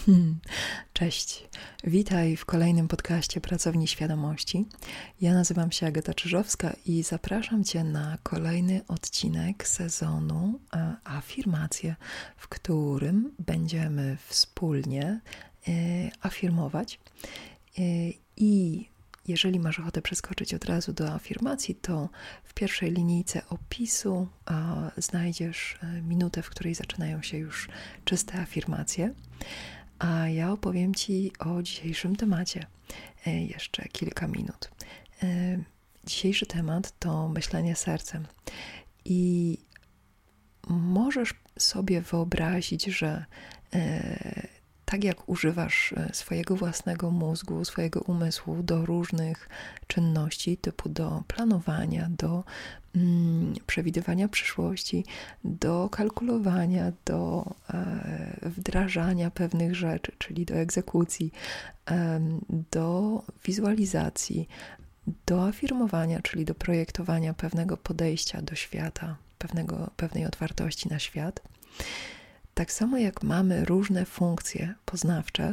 Cześć, witaj w kolejnym podcaście Pracowni Świadomości. Ja nazywam się Agata Czyżowska i zapraszam Cię na kolejny odcinek sezonu Afirmacje, w którym będziemy wspólnie afirmować. I jeżeli masz ochotę przeskoczyć od razu do afirmacji, to w pierwszej linijce opisu znajdziesz minutę, w której zaczynają się już czyste afirmacje. A ja opowiem Ci o dzisiejszym temacie jeszcze kilka minut. Dzisiejszy temat to myślenie sercem. I możesz sobie wyobrazić, że tak jak używasz swojego własnego mózgu, swojego umysłu do różnych czynności, typu do planowania, do przewidywania przyszłości, do kalkulowania, do wdrażania pewnych rzeczy, czyli do egzekucji, do wizualizacji, do afirmowania, czyli do projektowania pewnego podejścia do świata, pewnej otwartości na świat. Tak samo jak mamy różne funkcje poznawcze,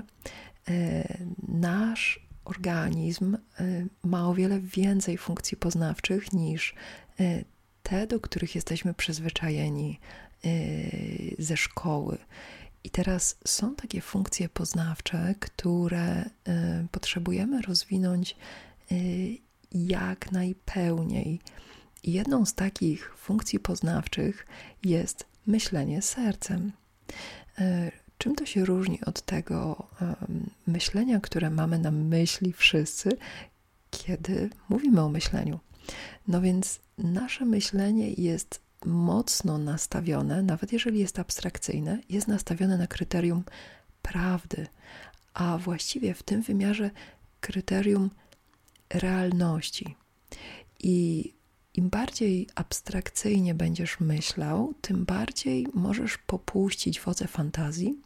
nasz organizm ma o wiele więcej funkcji poznawczych niż te, do których jesteśmy przyzwyczajeni ze szkoły. I teraz są takie funkcje poznawcze, które potrzebujemy rozwinąć jak najpełniej. I jedną z takich funkcji poznawczych jest myślenie sercem. Czym to się różni od tego myślenia, które mamy na myśli wszyscy, kiedy mówimy o myśleniu? No więc nasze myślenie jest mocno nastawione, nawet jeżeli jest abstrakcyjne, jest nastawione na kryterium prawdy, a właściwie w tym wymiarze kryterium realności. I im bardziej abstrakcyjnie będziesz myślał, tym bardziej możesz popuścić wodze fantazji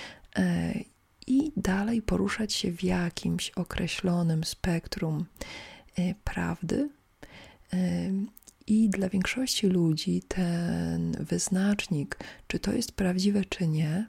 i dalej poruszać się w jakimś określonym spektrum prawdy. I dla większości ludzi ten wyznacznik, czy to jest prawdziwe, czy nie,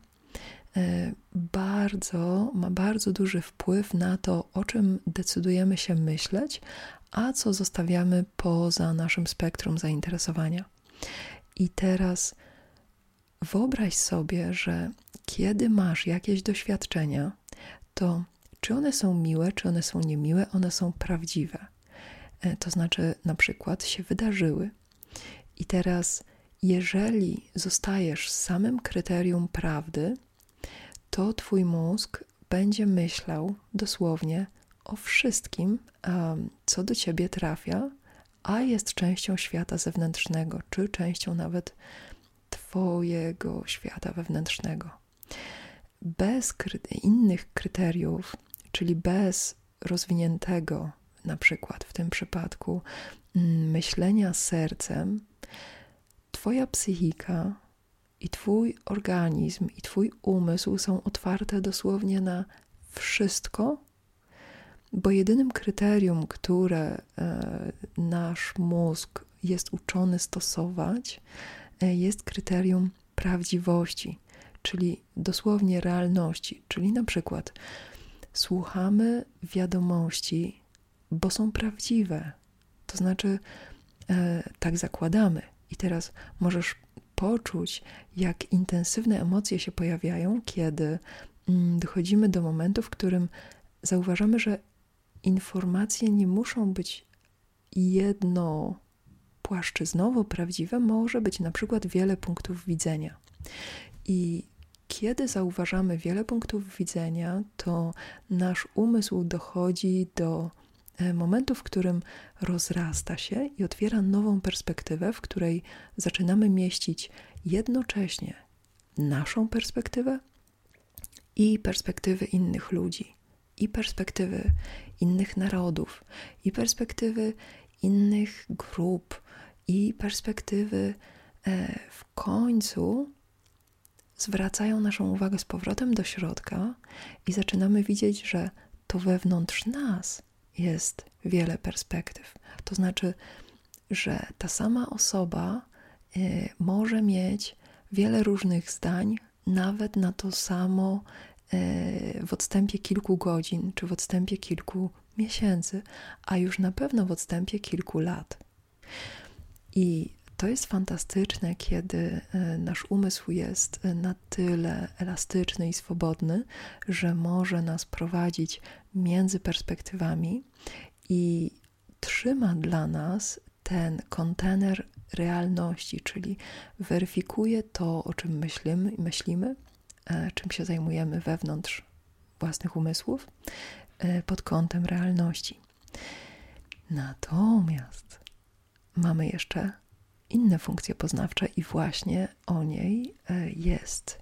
ma bardzo duży wpływ na to, o czym decydujemy się myśleć, a co zostawiamy poza naszym spektrum zainteresowania. I teraz wyobraź sobie, że kiedy masz jakieś doświadczenia, to czy one są miłe, czy one są niemiłe, one są prawdziwe. To znaczy na przykład się wydarzyły. I teraz jeżeli zostajesz z samym kryterium prawdy, to twój mózg będzie myślał dosłownie o wszystkim, co do ciebie trafia, a jest częścią świata zewnętrznego, czy częścią nawet twojego świata wewnętrznego. Bez innych kryteriów, czyli bez rozwiniętego, na przykład w tym przypadku, myślenia sercem, twoja psychika i twój organizm i twój umysł są otwarte dosłownie na wszystko, bo jedynym kryterium, które nasz mózg jest uczony stosować, jest kryterium prawdziwości, czyli dosłownie realności. Czyli na przykład słuchamy wiadomości, bo są prawdziwe. To znaczy tak zakładamy. I teraz możesz poczuć, jak intensywne emocje się pojawiają, kiedy dochodzimy do momentu, w którym zauważamy, że informacje nie muszą być jednopłaszczyznowo prawdziwe, może być na przykład wiele punktów widzenia. I kiedy zauważamy wiele punktów widzenia, to nasz umysł dochodzi do momentu, w którym rozrasta się i otwiera nową perspektywę, w której zaczynamy mieścić jednocześnie naszą perspektywę i perspektywy innych ludzi, i perspektywy innych narodów, i perspektywy innych grup, i perspektywy w końcu zwracają naszą uwagę z powrotem do środka i zaczynamy widzieć, że to wewnątrz nas jest wiele perspektyw. To znaczy, że ta sama osoba może mieć wiele różnych zdań, nawet na to samo w odstępie kilku godzin, czy w odstępie kilku miesięcy, a już na pewno w odstępie kilku lat. I to jest fantastyczne, kiedy nasz umysł jest na tyle elastyczny i swobodny, że może nas prowadzić między perspektywami i trzyma dla nas ten kontener realności, czyli weryfikuje to, o czym myślimy, czym się zajmujemy wewnątrz własnych umysłów, pod kątem realności. Natomiast mamy jeszcze inne funkcje poznawcze i właśnie o niej jest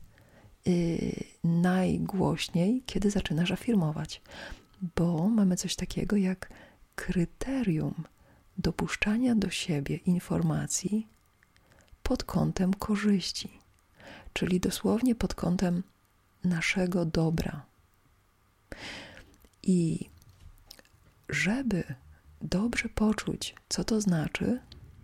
najgłośniej, kiedy zaczynasz afirmować, bo mamy coś takiego jak kryterium dopuszczania do siebie informacji pod kątem korzyści, czyli dosłownie pod kątem naszego dobra. I żeby dobrze poczuć, co to znaczy,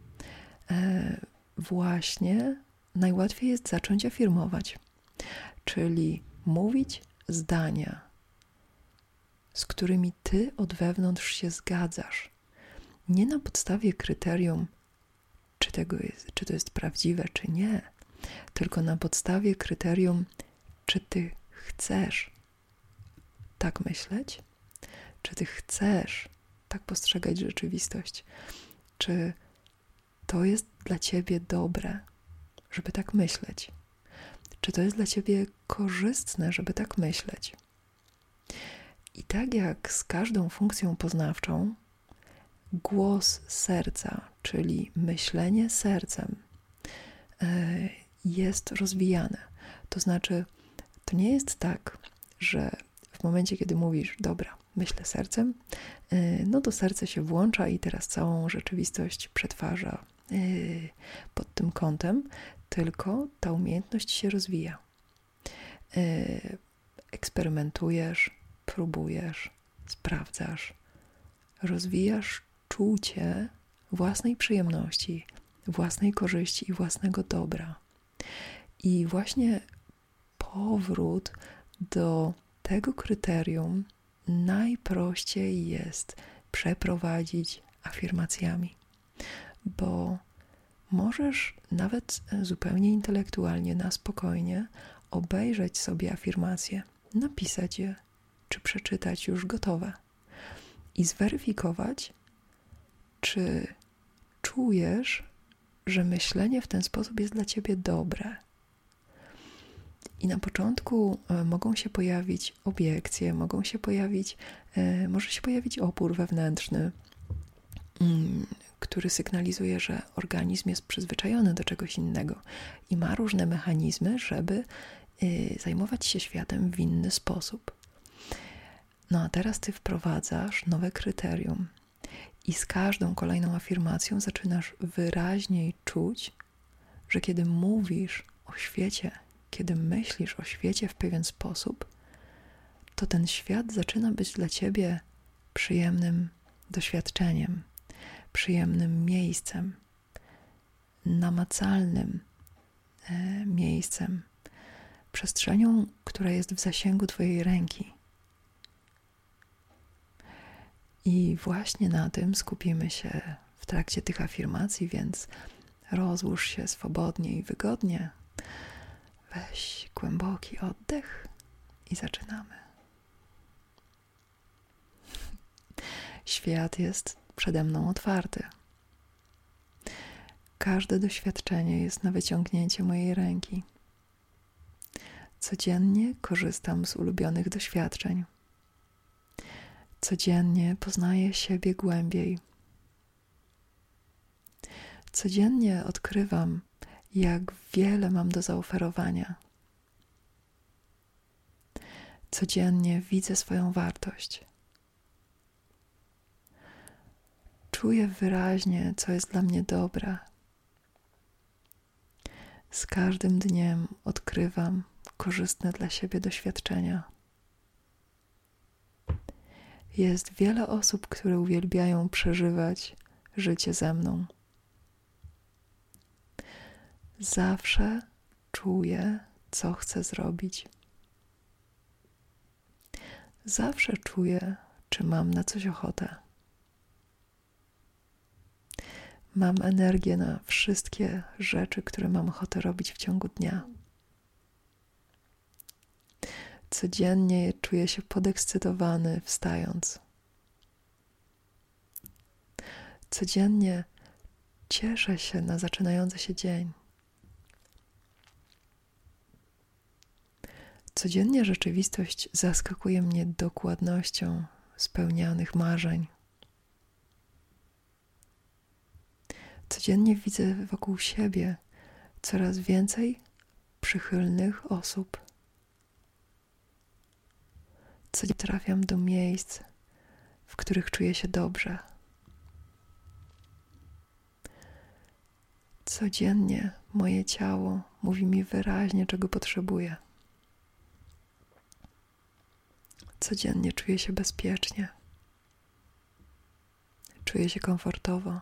właśnie najłatwiej jest zacząć afirmować, czyli mówić zdania, z którymi ty od wewnątrz się zgadzasz. Nie na podstawie kryterium, czy to jest prawdziwe, czy nie, tylko na podstawie kryterium, czy ty chcesz tak myśleć, czy ty chcesz tak postrzegać rzeczywistość, czy to jest dla ciebie dobre, żeby tak myśleć, czy to jest dla ciebie korzystne, żeby tak myśleć. I tak jak z każdą funkcją poznawczą, głos serca, czyli myślenie sercem, jest rozwijane. To znaczy, to nie jest tak, że w momencie, kiedy mówisz, dobra, myślę sercem, no to serce się włącza i teraz całą rzeczywistość przetwarza pod tym kątem, tylko ta umiejętność się rozwija. Eksperymentujesz, próbujesz, sprawdzasz, rozwijasz czucie własnej przyjemności, własnej korzyści i własnego dobra. I właśnie powrót do tego kryterium najprościej jest przeprowadzić afirmacjami, bo możesz nawet zupełnie intelektualnie, na spokojnie obejrzeć sobie afirmacje, napisać je, czy przeczytać już gotowe i zweryfikować, czy czujesz, że myślenie w ten sposób jest dla ciebie dobre. I na początku mogą się pojawić obiekcje, może się pojawić opór wewnętrzny, który sygnalizuje, że organizm jest przyzwyczajony do czegoś innego i ma różne mechanizmy, żeby zajmować się światem w inny sposób. No a teraz ty wprowadzasz nowe kryterium i z każdą kolejną afirmacją zaczynasz wyraźniej czuć, że kiedy mówisz o świecie, kiedy myślisz o świecie w pewien sposób, to ten świat zaczyna być dla ciebie przyjemnym doświadczeniem, przyjemnym miejscem, namacalnym miejscem, przestrzenią, która jest w zasięgu twojej ręki. I właśnie na tym skupimy się w trakcie tych afirmacji, więc rozłóż się swobodnie i wygodnie. Weź głęboki oddech i zaczynamy. Świat jest przede mną otwarty. Każde doświadczenie jest na wyciągnięcie mojej ręki. Codziennie korzystam z ulubionych doświadczeń. Codziennie poznaję siebie głębiej. Codziennie odkrywam, jak wiele mam do zaoferowania. Codziennie widzę swoją wartość. Czuję wyraźnie, co jest dla mnie dobre. Z każdym dniem odkrywam korzystne dla siebie doświadczenia. Jest wiele osób, które uwielbiają przeżywać życie ze mną. Zawsze czuję, co chcę zrobić. Zawsze czuję, czy mam na coś ochotę. Mam energię na wszystkie rzeczy, które mam ochotę robić w ciągu dnia. Codziennie czuję się podekscytowany wstając. Codziennie cieszę się na zaczynający się dzień. Codziennie rzeczywistość zaskakuje mnie dokładnością spełnianych marzeń. Codziennie widzę wokół siebie coraz więcej przychylnych osób. Codziennie trafiam do miejsc, w których czuję się dobrze. Codziennie moje ciało mówi mi wyraźnie, czego potrzebuje. Codziennie czuję się bezpiecznie. Czuję się komfortowo.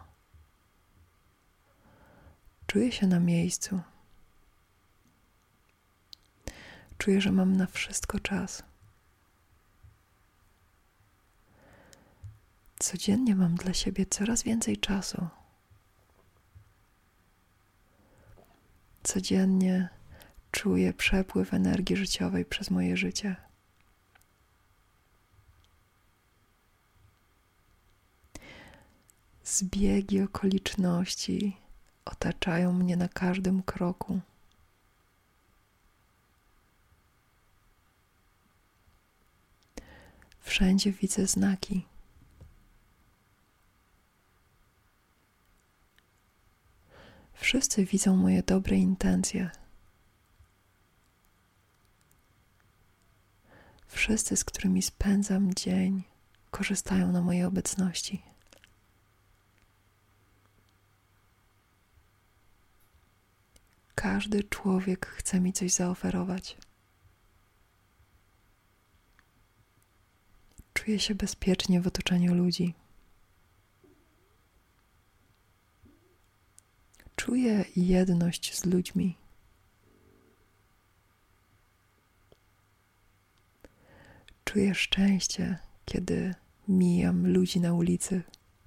Czuję się na miejscu. Czuję, że mam na wszystko czas. Codziennie mam dla siebie coraz więcej czasu. Codziennie czuję przepływ energii życiowej przez moje życie. Zbiegi okoliczności otaczają mnie na każdym kroku. Wszędzie widzę znaki. Wszyscy widzą moje dobre intencje. Wszyscy, z którymi spędzam dzień, korzystają na mojej obecności. Każdy człowiek chce mi coś zaoferować. Czuję się bezpiecznie w otoczeniu ludzi. Czuję jedność z ludźmi. Czuję szczęście, kiedy mijam ludzi na ulicy.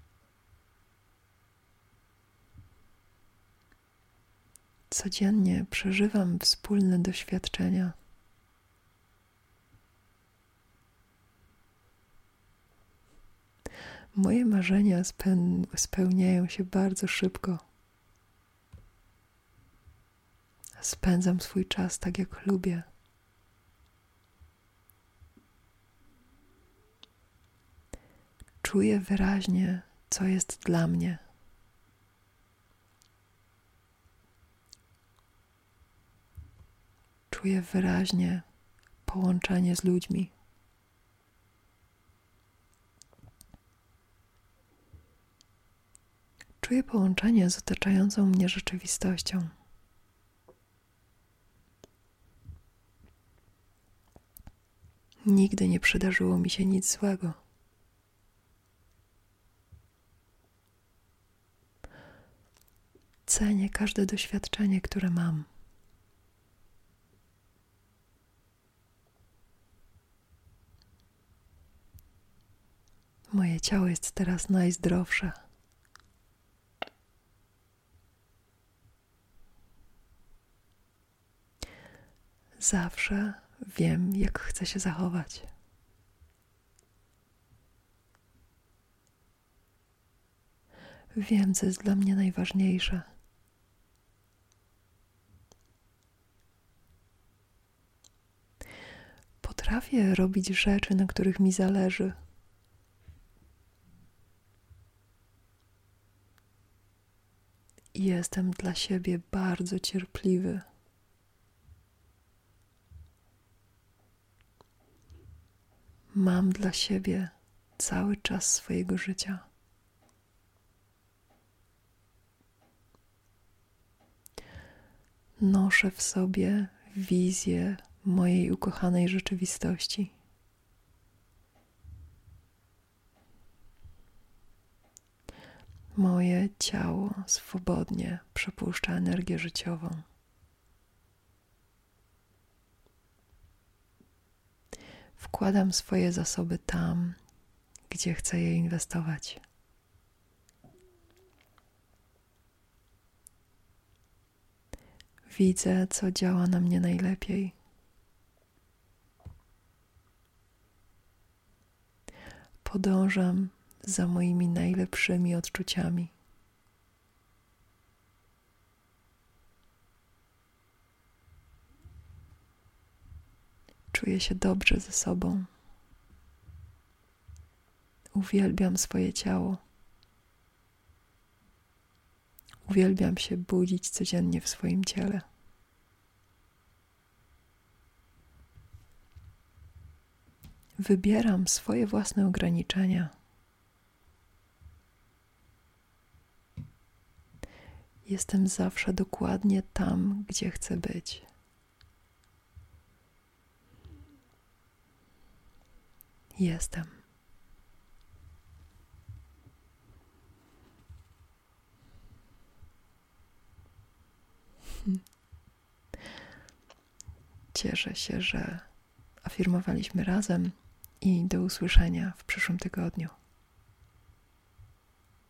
Codziennie przeżywam wspólne doświadczenia. Moje marzenia spełniają się bardzo szybko. Spędzam swój czas tak, jak lubię. Czuję wyraźnie, co jest dla mnie. Czuję wyraźnie połączenie z ludźmi. Czuję połączenie z otaczającą mnie rzeczywistością. Nigdy nie przydarzyło mi się nic złego. Cenię każde doświadczenie, które mam. Moje ciało jest teraz najzdrowsze. Zawsze wiem, jak chcę się zachować. Wiem, co jest dla mnie najważniejsze. Potrafię robić rzeczy, na których mi zależy. I jestem dla siebie bardzo cierpliwy. Mam dla siebie cały czas swojego życia. Noszę w sobie wizję mojej ukochanej rzeczywistości. Moje ciało swobodnie przepuszcza energię życiową. wkładam swoje zasoby tam, gdzie chcę je inwestować. Widzę, co działa na mnie najlepiej. Podążam za moimi najlepszymi odczuciami. Czuję się dobrze ze sobą. Uwielbiam swoje ciało. Uwielbiam się budzić codziennie w swoim ciele. Wybieram swoje własne ograniczenia. Jestem zawsze dokładnie tam, gdzie chcę być. Jestem. Cieszę się, że afirmowaliśmy razem i do usłyszenia w przyszłym tygodniu.